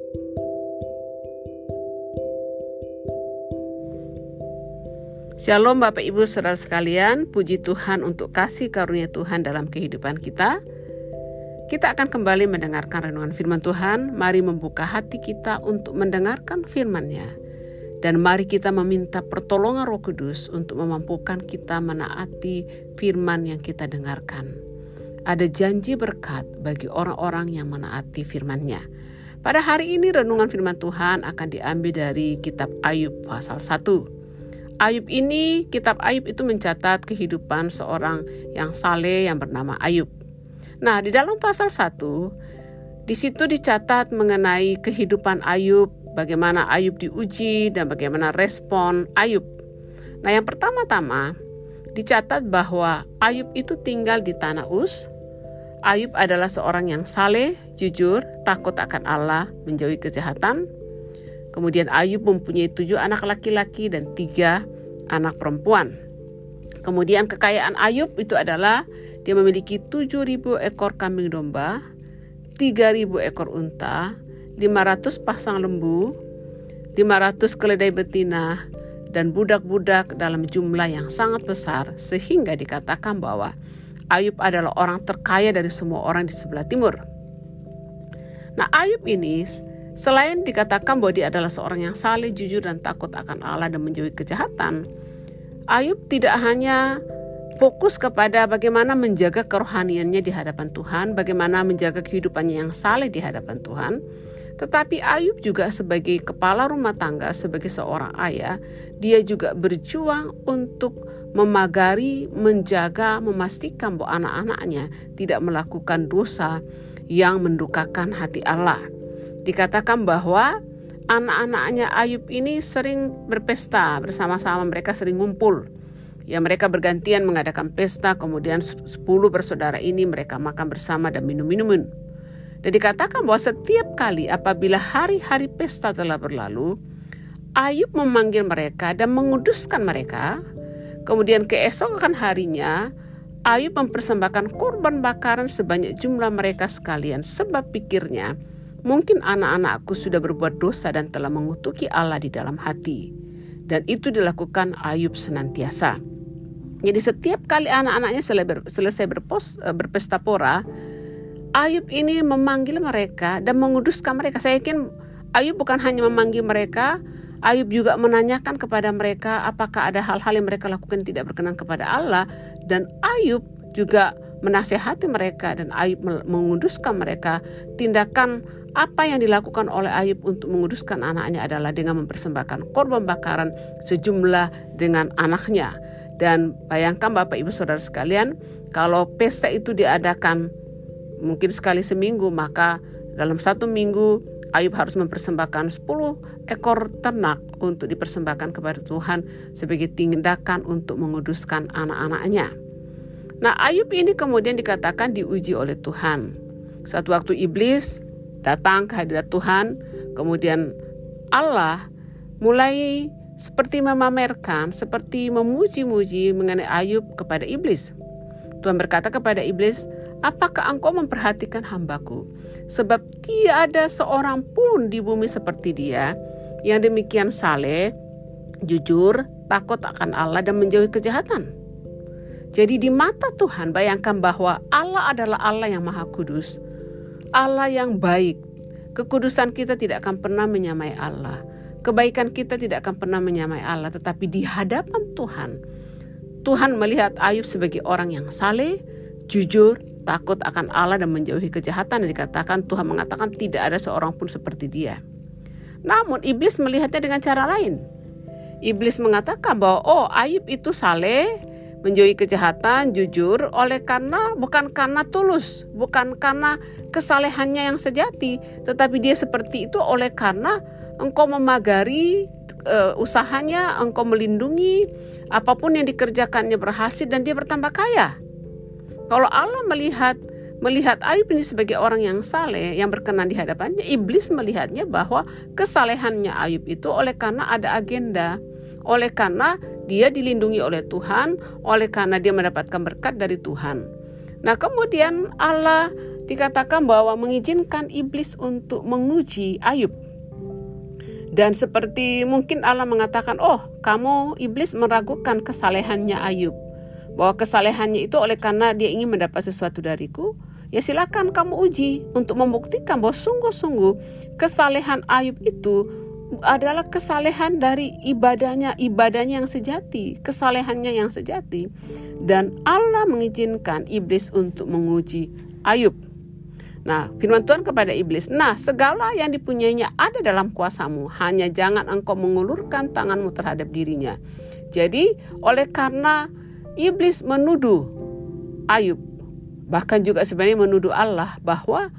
Shalom Bapak Ibu Saudara sekalian, puji Tuhan untuk kasih karunia Tuhan dalam kehidupan kita. Kita akan kembali mendengarkan renungan firman Tuhan. Mari membuka hati kita untuk mendengarkan firman-Nya. Dan mari kita meminta pertolongan Roh Kudus untuk memampukan kita menaati firman yang kita dengarkan. Ada janji berkat bagi orang-orang yang menaati firman-Nya. Pada hari ini renungan firman Tuhan akan diambil dari kitab Ayub pasal 1. Kitab Ayub itu mencatat kehidupan seorang yang saleh yang bernama Ayub. Nah, di dalam pasal 1, di situ dicatat mengenai kehidupan Ayub, bagaimana Ayub diuji dan bagaimana respon Ayub. Nah, yang pertama-tama dicatat bahwa Ayub itu tinggal di tanah Uz. Ayub adalah seorang yang saleh, jujur, takut akan Allah, menjauhi kejahatan. Kemudian Ayub mempunyai 7 anak laki-laki dan 3 anak perempuan. Kemudian kekayaan Ayub itu adalah dia memiliki 7.000 ekor kambing domba, 3.000 ekor unta, 500 pasang lembu, 500 keledai betina, dan budak-budak dalam jumlah yang sangat besar, sehingga dikatakan bahwa Ayub adalah orang terkaya dari semua orang di sebelah timur. Nah, Ayub ini selain dikatakan bahwa dia adalah seorang yang saleh, jujur, dan takut akan Allah dan menjauhi kejahatan, Ayub tidak hanya fokus kepada bagaimana menjaga kerohaniannya di hadapan Tuhan, bagaimana menjaga kehidupannya yang saleh di hadapan Tuhan, tetapi Ayub juga sebagai kepala rumah tangga, sebagai seorang ayah, dia juga berjuang untuk memagari, menjaga, memastikan bahwa anak-anaknya tidak melakukan dosa yang mendukakan hati Allah. Dikatakan bahwa anak-anaknya Ayub ini sering berpesta bersama-sama, mereka sering ngumpul. Ya, mereka bergantian mengadakan pesta, kemudian 10 bersaudara ini mereka makan bersama dan minum-minuman. Dan dikatakan bahwa setiap kali apabila hari-hari pesta telah berlalu, Ayub memanggil mereka dan menguduskan mereka. Kemudian keesokan harinya, Ayub mempersembahkan korban bakaran sebanyak jumlah mereka sekalian, sebab pikirnya, mungkin anak-anakku sudah berbuat dosa dan telah mengutuki Allah di dalam hati. Dan itu dilakukan Ayub senantiasa. Jadi setiap kali anak-anaknya selesai berpesta pora, Ayub ini memanggil mereka dan menguduskan mereka. Saya yakin Ayub bukan hanya memanggil mereka, Ayub juga menanyakan kepada mereka apakah ada hal-hal yang mereka lakukan yang tidak berkenan kepada Allah. Dan Ayub juga menasihati mereka dan Ayub menguduskan mereka. Tindakan apa yang dilakukan oleh Ayub untuk menguduskan anaknya adalah dengan mempersembahkan korban bakaran sejumlah dengan anaknya. Dan bayangkan Bapak Ibu Saudara sekalian, kalau pesta itu diadakan mungkin sekali seminggu, maka dalam 1 minggu Ayub harus mempersembahkan 10 ekor ternak untuk dipersembahkan kepada Tuhan sebagai tindakan untuk menguduskan anak-anaknya. Nah, Ayub ini kemudian dikatakan diuji oleh Tuhan. Satu waktu iblis datang ke hadirat Tuhan, kemudian Allah mulai seperti memamerkan, seperti memuji-muji mengenai Ayub kepada iblis. Tuhan berkata kepada iblis, "Apakah engkau memperhatikan hambaku? Sebab tidak ada seorang pun di bumi seperti dia, yang demikian saleh, jujur, takut akan Allah dan menjauhi kejahatan." Jadi di mata Tuhan, bayangkan bahwa Allah adalah Allah yang maha kudus, Allah yang baik. Kekudusan kita tidak akan pernah menyamai Allah. Kebaikan kita tidak akan pernah menyamai Allah. Tetapi di hadapan Tuhan, Tuhan melihat Ayub sebagai orang yang saleh, jujur, takut akan Allah dan menjauhi kejahatan. Dan dikatakan Tuhan mengatakan tidak ada seorang pun seperti dia. Namun iblis melihatnya dengan cara lain. Iblis mengatakan bahwa Ayub itu saleh, menjauhi kejahatan, jujur, bukan karena tulus, bukan karena kesalehannya yang sejati, tetapi dia seperti itu oleh karena engkau memagari usahanya, engkau melindungi, apapun yang dikerjakannya berhasil dan dia bertambah kaya. Kalau Allah melihat Ayub ini sebagai orang yang saleh, yang berkenan di hadapannya, iblis melihatnya bahwa kesalehannya Ayub itu oleh karena ada agenda, oleh karena dia dilindungi oleh Tuhan, oleh karena dia mendapatkan berkat dari Tuhan. Nah, kemudian Allah dikatakan bahwa mengizinkan iblis untuk menguji Ayub. Dan seperti mungkin Allah mengatakan, oh kamu iblis meragukan kesalehannya Ayub, bahwa kesalehannya itu oleh karena dia ingin mendapat sesuatu dariku, ya silakan kamu uji untuk membuktikan bahwa sungguh-sungguh kesalehan Ayub itu adalah kesalehan dari ibadahnya yang sejati, kesalehannya yang sejati. Dan Allah mengizinkan iblis untuk menguji Ayub. Nah, firman Tuhan kepada iblis, nah segala yang dipunyainya ada dalam kuasamu, hanya jangan engkau mengulurkan tanganmu terhadap dirinya. Jadi oleh karena iblis menuduh Ayub, bahkan juga sebenarnya menuduh Allah bahwa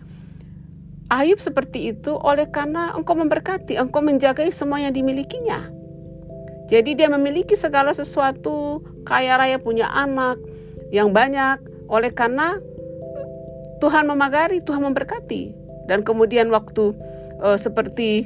Ayub seperti itu oleh karena engkau memberkati, engkau menjagai semua yang dimilikinya. Jadi dia memiliki segala sesuatu, kaya raya, punya anak yang banyak, oleh karena Tuhan memagari, Tuhan memberkati. Dan kemudian waktu seperti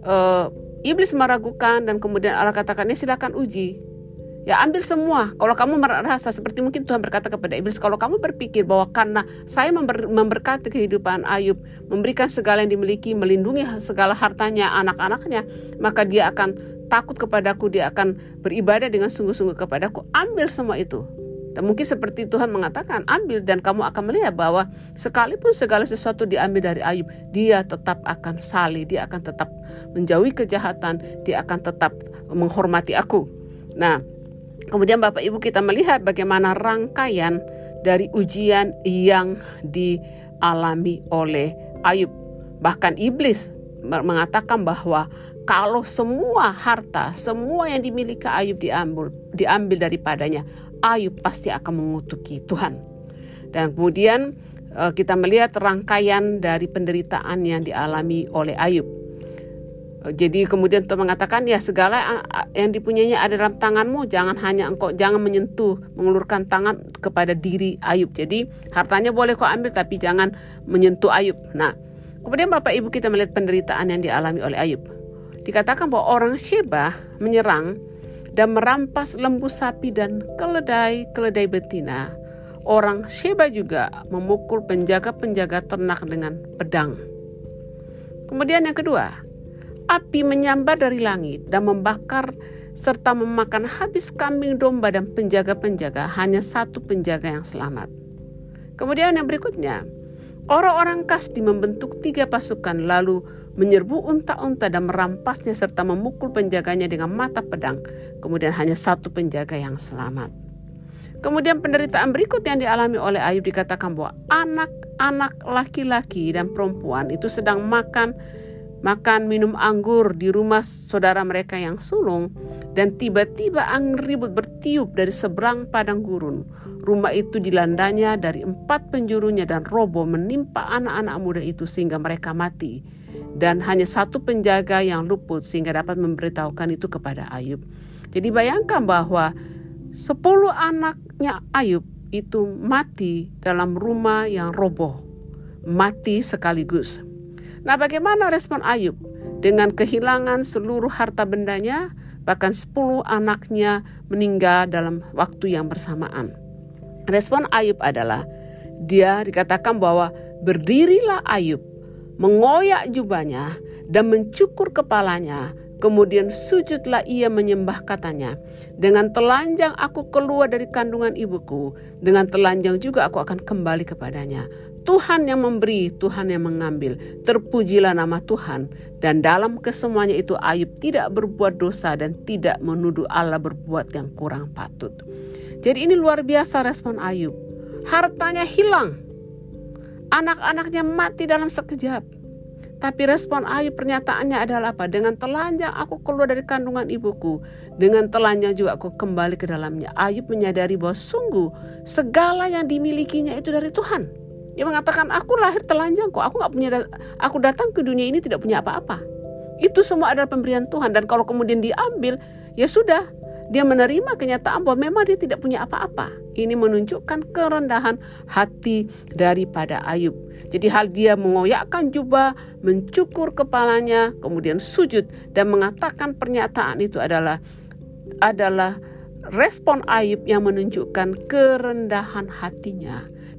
iblis meragukan dan kemudian Allah katakan, ya silakan uji. Ya ambil semua. Kalau kamu merasa seperti mungkin Tuhan berkata kepada iblis, kalau kamu berpikir bahwa karena saya memberkati kehidupan Ayub, memberikan segala yang dimiliki, melindungi segala hartanya, anak-anaknya, maka dia akan takut kepadaku, dia akan beribadah dengan sungguh-sungguh kepadaku. Ambil semua itu. Dan mungkin seperti Tuhan mengatakan, ambil dan kamu akan melihat bahwa sekalipun segala sesuatu diambil dari Ayub, dia tetap akan saleh, dia akan tetap menjauhi kejahatan, dia akan tetap menghormati aku. Nah, kemudian Bapak Ibu kita melihat bagaimana rangkaian dari ujian yang dialami oleh Ayub. Bahkan iblis mengatakan bahwa kalau semua harta, semua yang dimiliki Ayub diambil daripadanya, Ayub pasti akan mengutuki Tuhan. Dan kemudian kita melihat rangkaian dari penderitaan yang dialami oleh Ayub. Jadi kemudian Tuhan mengatakan, ya segala yang dipunyainya ada dalam tanganmu, jangan menyentuh, mengulurkan tangan kepada diri Ayub. Jadi hartanya boleh kau ambil, tapi jangan menyentuh Ayub. Nah, kemudian Bapak Ibu kita melihat penderitaan yang dialami oleh Ayub. Dikatakan bahwa orang Sheba menyerang dan merampas lembu sapi dan keledai betina. Orang Sheba juga memukul penjaga-penjaga ternak dengan pedang. Kemudian yang kedua, api menyambar dari langit dan membakar serta memakan habis kambing domba dan penjaga-penjaga, hanya satu penjaga yang selamat. Kemudian yang berikutnya, orang-orang Kasdi membentuk 3 pasukan lalu menyerbu unta-unta dan merampasnya serta memukul penjaganya dengan mata pedang. Kemudian hanya satu penjaga yang selamat. Kemudian penderitaan berikut yang dialami oleh Ayub dikatakan bahwa anak-anak laki-laki dan perempuan itu sedang makan minum anggur di rumah saudara mereka yang sulung, dan tiba-tiba angin ribut bertiup dari seberang padang gurun. Rumah itu dilandanya dari 4 penjurunya dan roboh menimpa anak-anak muda itu sehingga mereka mati. Dan hanya satu penjaga yang luput sehingga dapat memberitahukan itu kepada Ayub. Jadi bayangkan bahwa 10 anaknya Ayub itu mati dalam rumah yang roboh. Mati sekaligus. Nah, bagaimana respon Ayub? Dengan kehilangan seluruh harta bendanya, bahkan 10 anaknya meninggal dalam waktu yang bersamaan. Respon Ayub adalah, dia dikatakan bahwa berdirilah Ayub, mengoyak jubahnya dan mencukur kepalanya. Kemudian sujudlah ia menyembah, katanya, dengan telanjang aku keluar dari kandungan ibuku, dengan telanjang juga aku akan kembali kepadanya. Tuhan yang memberi, Tuhan yang mengambil, terpujilah nama Tuhan. Dan dalam kesemuanya itu Ayub tidak berbuat dosa dan tidak menuduh Allah berbuat yang kurang patut. Jadi ini luar biasa respon Ayub. Hartanya hilang, anak-anaknya mati dalam sekejap. Tapi respon Ayub pernyataannya adalah apa? Dengan telanjang aku keluar dari kandungan ibuku, dengan telanjang juga aku kembali ke dalamnya. Ayub menyadari bahwa sungguh segala yang dimilikinya itu dari Tuhan. Dia mengatakan, aku lahir telanjang kok, aku datang ke dunia ini tidak punya apa-apa. Itu semua adalah pemberian Tuhan, dan kalau kemudian diambil, ya sudah, dia menerima kenyataan bahwa memang dia tidak punya apa-apa. Ini menunjukkan kerendahan hati daripada Ayub. Jadi hal dia mengoyakkan jubah, mencukur kepalanya, kemudian sujud dan mengatakan pernyataan itu adalah respon Ayub yang menunjukkan kerendahan hatinya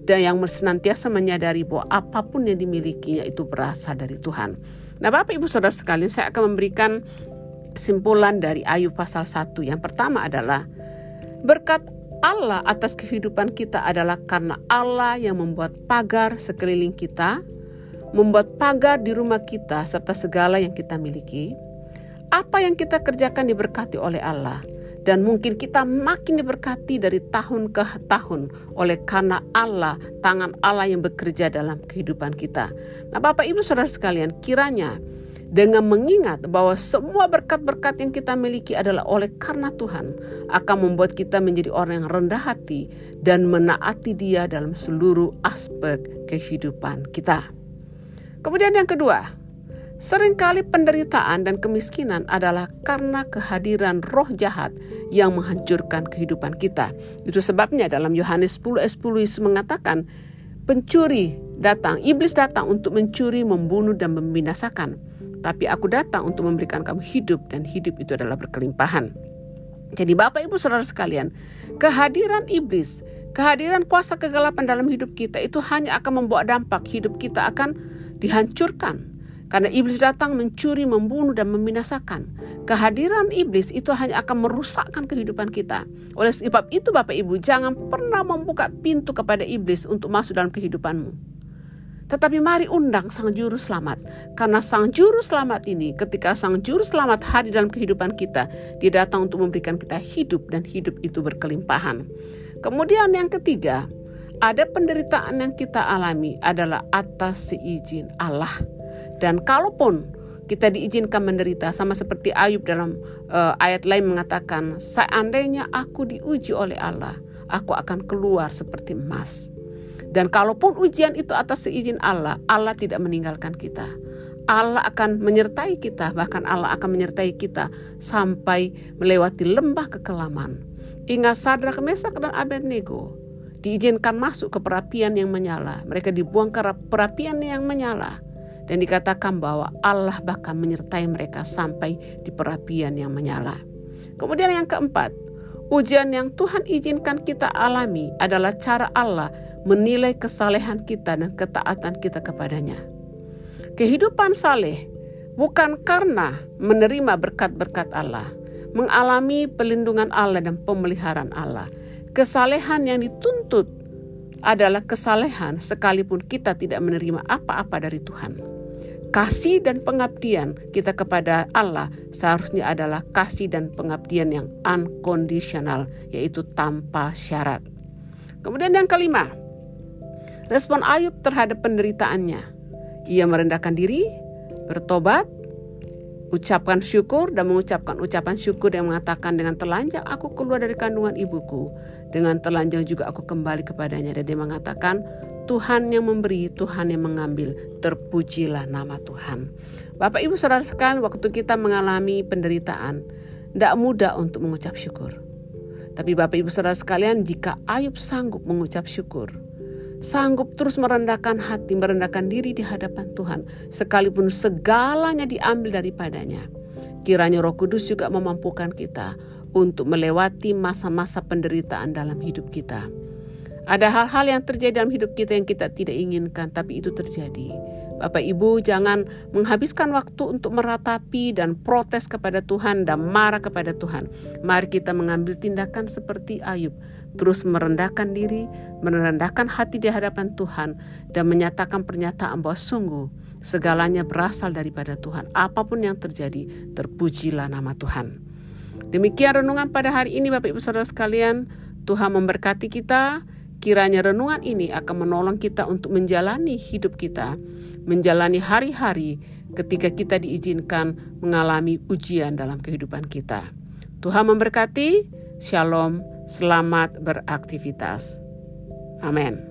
dan yang senantiasa menyadari bahwa apapun yang dimilikinya itu berasal dari Tuhan. Nah, Bapak Ibu Saudara sekalian, saya akan memberikan kesimpulan dari Ayub pasal 1. Yang pertama adalah berkat Allah atas kehidupan kita adalah karena Allah yang membuat pagar sekeliling kita, membuat pagar di rumah kita serta segala yang kita miliki. Apa yang kita kerjakan diberkati oleh Allah. Dan mungkin kita makin diberkati dari tahun ke tahun oleh karena Allah, tangan Allah yang bekerja dalam kehidupan kita. Nah, Bapak Ibu Saudara sekalian, kiranya dengan mengingat bahwa semua berkat-berkat yang kita miliki adalah oleh karena Tuhan, akan membuat kita menjadi orang yang rendah hati dan menaati Dia dalam seluruh aspek kehidupan kita. Kemudian yang kedua, seringkali penderitaan dan kemiskinan adalah karena kehadiran roh jahat yang menghancurkan kehidupan kita. Itu sebabnya dalam Yohanes 10 ayat 10 Yesus mengatakan, iblis datang untuk mencuri, membunuh dan membinasakan. Tapi aku datang untuk memberikan kamu hidup, dan hidup itu adalah berkelimpahan. Jadi Bapak Ibu Saudara sekalian, kehadiran iblis, kehadiran kuasa kegelapan dalam hidup kita itu hanya akan membawa dampak hidup kita akan dihancurkan. Karena iblis datang mencuri, membunuh, dan membinasakan. Kehadiran iblis itu hanya akan merusakkan kehidupan kita. Oleh sebab itu Bapak Ibu, jangan pernah membuka pintu kepada iblis untuk masuk dalam kehidupanmu. Tetapi mari undang Sang Juru Selamat. Karena Sang Juru Selamat ini, ketika Sang Juru Selamat hadir dalam kehidupan kita, Dia datang untuk memberikan kita hidup, dan hidup itu berkelimpahan. Kemudian yang ketiga, ada penderitaan yang kita alami adalah atas seizin Allah. Dan kalaupun kita diizinkan menderita, sama seperti Ayub dalam ayat lain mengatakan, seandainya aku diuji oleh Allah, aku akan keluar seperti emas. Dan kalaupun ujian itu atas seizin Allah, Allah tidak meninggalkan kita. Allah akan menyertai kita, bahkan Allah akan menyertai kita sampai melewati lembah kekelaman. Ingat Sadrak, Mesak, dan Abednego diizinkan masuk ke perapian yang menyala. Mereka dibuang ke perapian yang menyala. Dan dikatakan bahwa Allah bahkan menyertai mereka sampai di perapian yang menyala. Kemudian yang keempat, ujian yang Tuhan izinkan kita alami adalah cara Allah menilai kesalehan kita dan ketaatan kita kepadanya. Kehidupan saleh bukan karena menerima berkat-berkat Allah, mengalami pelindungan Allah dan pemeliharaan Allah. Kesalehan yang dituntut adalah kesalehan sekalipun kita tidak menerima apa-apa dari Tuhan. Kasih dan pengabdian kita kepada Allah seharusnya adalah kasih dan pengabdian yang unconditional, yaitu tanpa syarat. Kemudian yang kelima, respon Ayub terhadap penderitaannya. Ia merendahkan diri, bertobat, ucapkan syukur dan mengucapkan ucapan syukur yang mengatakan, dengan telanjang aku keluar dari kandungan ibuku, dengan telanjang juga aku kembali kepadanya. Dan dia mengatakan, Tuhan yang memberi, Tuhan yang mengambil, terpujilah nama Tuhan. Bapak Ibu Saudara sekalian, waktu kita mengalami penderitaan, tidak mudah untuk mengucap syukur. Tapi Bapak Ibu Saudara sekalian, jika Ayub sanggup mengucap syukur, sanggup terus merendahkan hati, merendahkan diri di hadapan Tuhan, sekalipun segalanya diambil daripadanya, kiranya Roh Kudus juga memampukan kita untuk melewati masa-masa penderitaan dalam hidup kita. Ada hal-hal yang terjadi dalam hidup kita yang kita tidak inginkan, tapi itu terjadi. Bapak Ibu, jangan menghabiskan waktu untuk meratapi dan protes kepada Tuhan dan marah kepada Tuhan. Mari kita mengambil tindakan seperti Ayub, terus merendahkan diri, merendahkan hati di hadapan Tuhan, dan menyatakan pernyataan bahwa sungguh segalanya berasal daripada Tuhan. Apapun yang terjadi, terpujilah nama Tuhan. Demikian renungan pada hari ini Bapak Ibu Saudara sekalian. Tuhan memberkati kita. Kiranya renungan ini akan menolong kita untuk menjalani hidup kita, menjalani hari-hari ketika kita diizinkan mengalami ujian dalam kehidupan kita. Tuhan memberkati. Shalom, selamat beraktivitas. Amin.